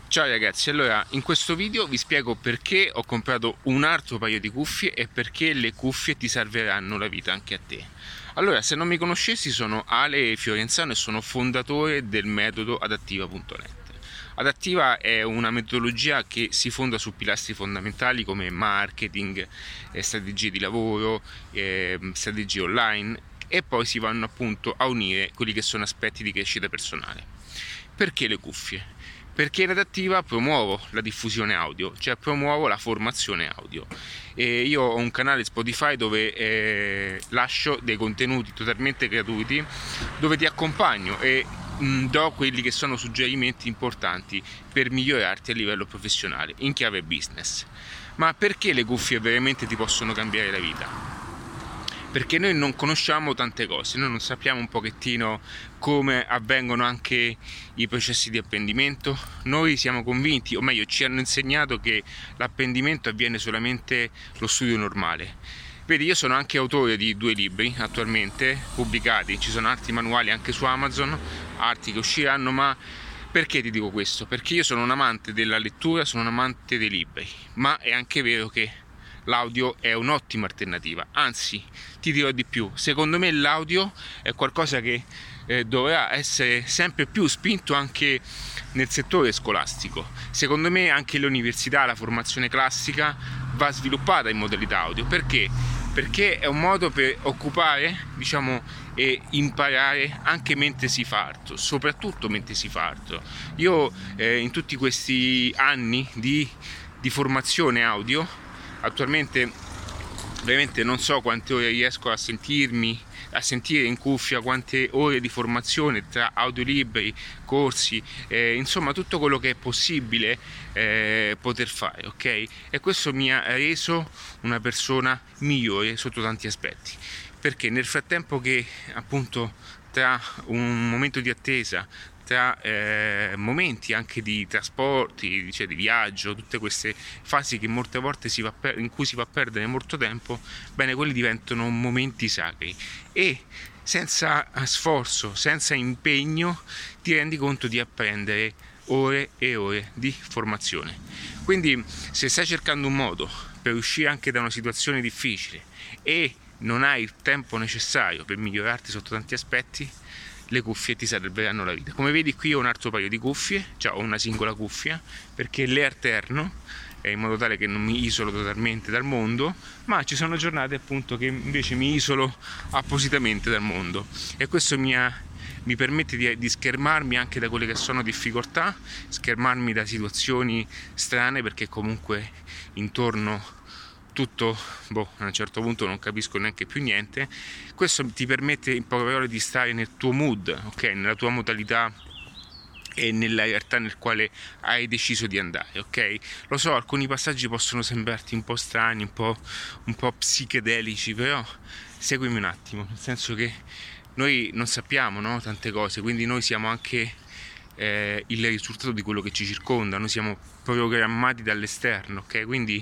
Ciao ragazzi, allora in questo video vi spiego perché ho comprato un altro paio di cuffie e perché le cuffie ti salveranno la vita anche a te. Allora, se non mi conoscessi, sono Ale Fiorenzano e sono fondatore del metodo adattiva.net. Adattiva è una metodologia che si fonda su pilastri fondamentali come marketing, strategie di lavoro, strategie online e poi si vanno appunto a unire quelli che sono aspetti di crescita personale. Perché le cuffie? Perché in Adattiva promuovo la diffusione audio, cioè promuovo la formazione audio. E io ho un canale Spotify dove lascio dei contenuti totalmente gratuiti, dove ti accompagno e do quelli che sono suggerimenti importanti per migliorarti a livello professionale, in chiave business. Ma perché le cuffie veramente ti possono cambiare la vita? Perché noi non conosciamo tante cose, noi non sappiamo un pochettino come avvengono anche i processi di apprendimento. Noi siamo convinti, o meglio ci hanno insegnato che l'apprendimento avviene solamente lo studio normale. Vedi, io sono anche autore di 2 libri attualmente pubblicati, ci sono altri manuali anche su Amazon, altri che usciranno, ma perché ti dico questo? Perché io sono un amante della lettura, sono un amante dei libri, ma è anche vero che l'audio è un'ottima alternativa, anzi ti dirò di più, secondo me l'audio è qualcosa che dovrà essere sempre più spinto anche nel settore scolastico. Secondo me anche l'università, la formazione classica va sviluppata in modalità audio. Perché? Perché è un modo per occupare, e imparare anche mentre si fa altro, soprattutto mentre si fa altro. Io in tutti questi anni di formazione audio, attualmente veramente non so quante ore riesco a sentire in cuffia, quante ore di formazione tra audiolibri, corsi, insomma tutto quello che è possibile poter fare, ok? E questo mi ha reso una persona migliore sotto tanti aspetti, perché nel frattempo che appunto tra un momento di attesa, tra momenti anche di trasporti, cioè di viaggio, tutte queste fasi che molte volte in cui si va a perdere molto tempo, bene, quelli diventano momenti sacri e senza sforzo, senza impegno ti rendi conto di apprendere ore e ore di formazione. Quindi se stai cercando un modo per uscire anche da una situazione difficile e non hai il tempo necessario per migliorarti sotto tanti aspetti, le cuffie ti salveranno la vita. Come vedi, qui ho un altro paio di cuffie, cioè ho una singola cuffia, perché le alterno in modo tale che non mi isolo totalmente dal mondo, ma ci sono giornate appunto che invece mi isolo appositamente dal mondo, e questo mi permette di schermarmi anche da quelle che sono difficoltà, schermarmi da situazioni strane, perché comunque intorno tutto, a un certo punto non capisco neanche più niente. Questo ti permette in poche parole di stare nel tuo mood, ok? Nella tua modalità e nella realtà nel quale hai deciso di andare, ok? Lo so, alcuni passaggi possono sembrarti un po' strani, un po' psichedelici, però seguimi un attimo, nel senso che noi non sappiamo, no, tante cose, quindi noi siamo anche il risultato di quello che ci circonda, noi siamo programmati dall'esterno, ok? Quindi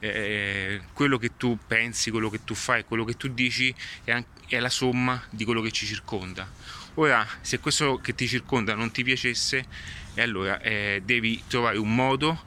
quello che tu pensi, quello che tu fai, quello che tu dici è la somma di quello che ci circonda. Ora, se questo che ti circonda non ti piacesse, allora devi trovare un modo,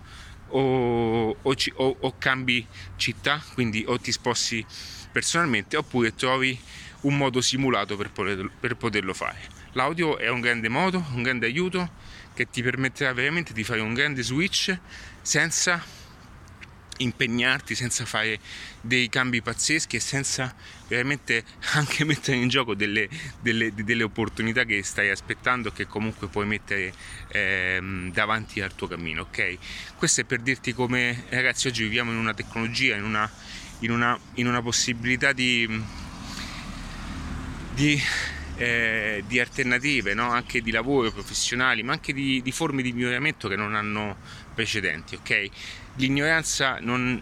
o cambi città, quindi o ti sposti personalmente, oppure trovi un modo simulato per poterlo fare. L'audio è un grande modo, un grande aiuto che ti permetterà veramente di fare un grande switch senza impegnarti, senza fare dei cambi pazzeschi e senza veramente anche mettere in gioco delle opportunità che stai aspettando e che comunque puoi mettere davanti al tuo cammino, ok? Questo è per dirti come, ragazzi, oggi viviamo in una tecnologia, in una possibilità di alternative, no? Anche di lavoro, professionali, ma anche di forme di miglioramento che non hanno precedenti, ok? L'ignoranza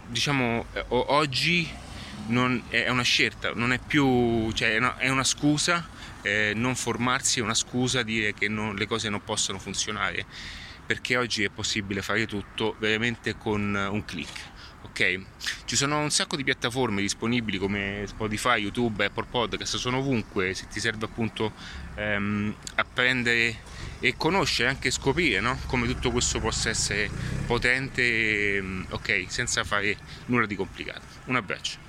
oggi non è una scelta, non è più, è una scusa, non formarsi è una scusa, dire che le cose non possono funzionare, perché oggi è possibile fare tutto veramente con un click. Ok, ci sono un sacco di piattaforme disponibili come Spotify, YouTube, Apple Podcast, sono ovunque se ti serve appunto apprendere e conoscere, anche scoprire, no? Come tutto questo possa essere potente, ok, senza fare nulla di complicato. Un abbraccio.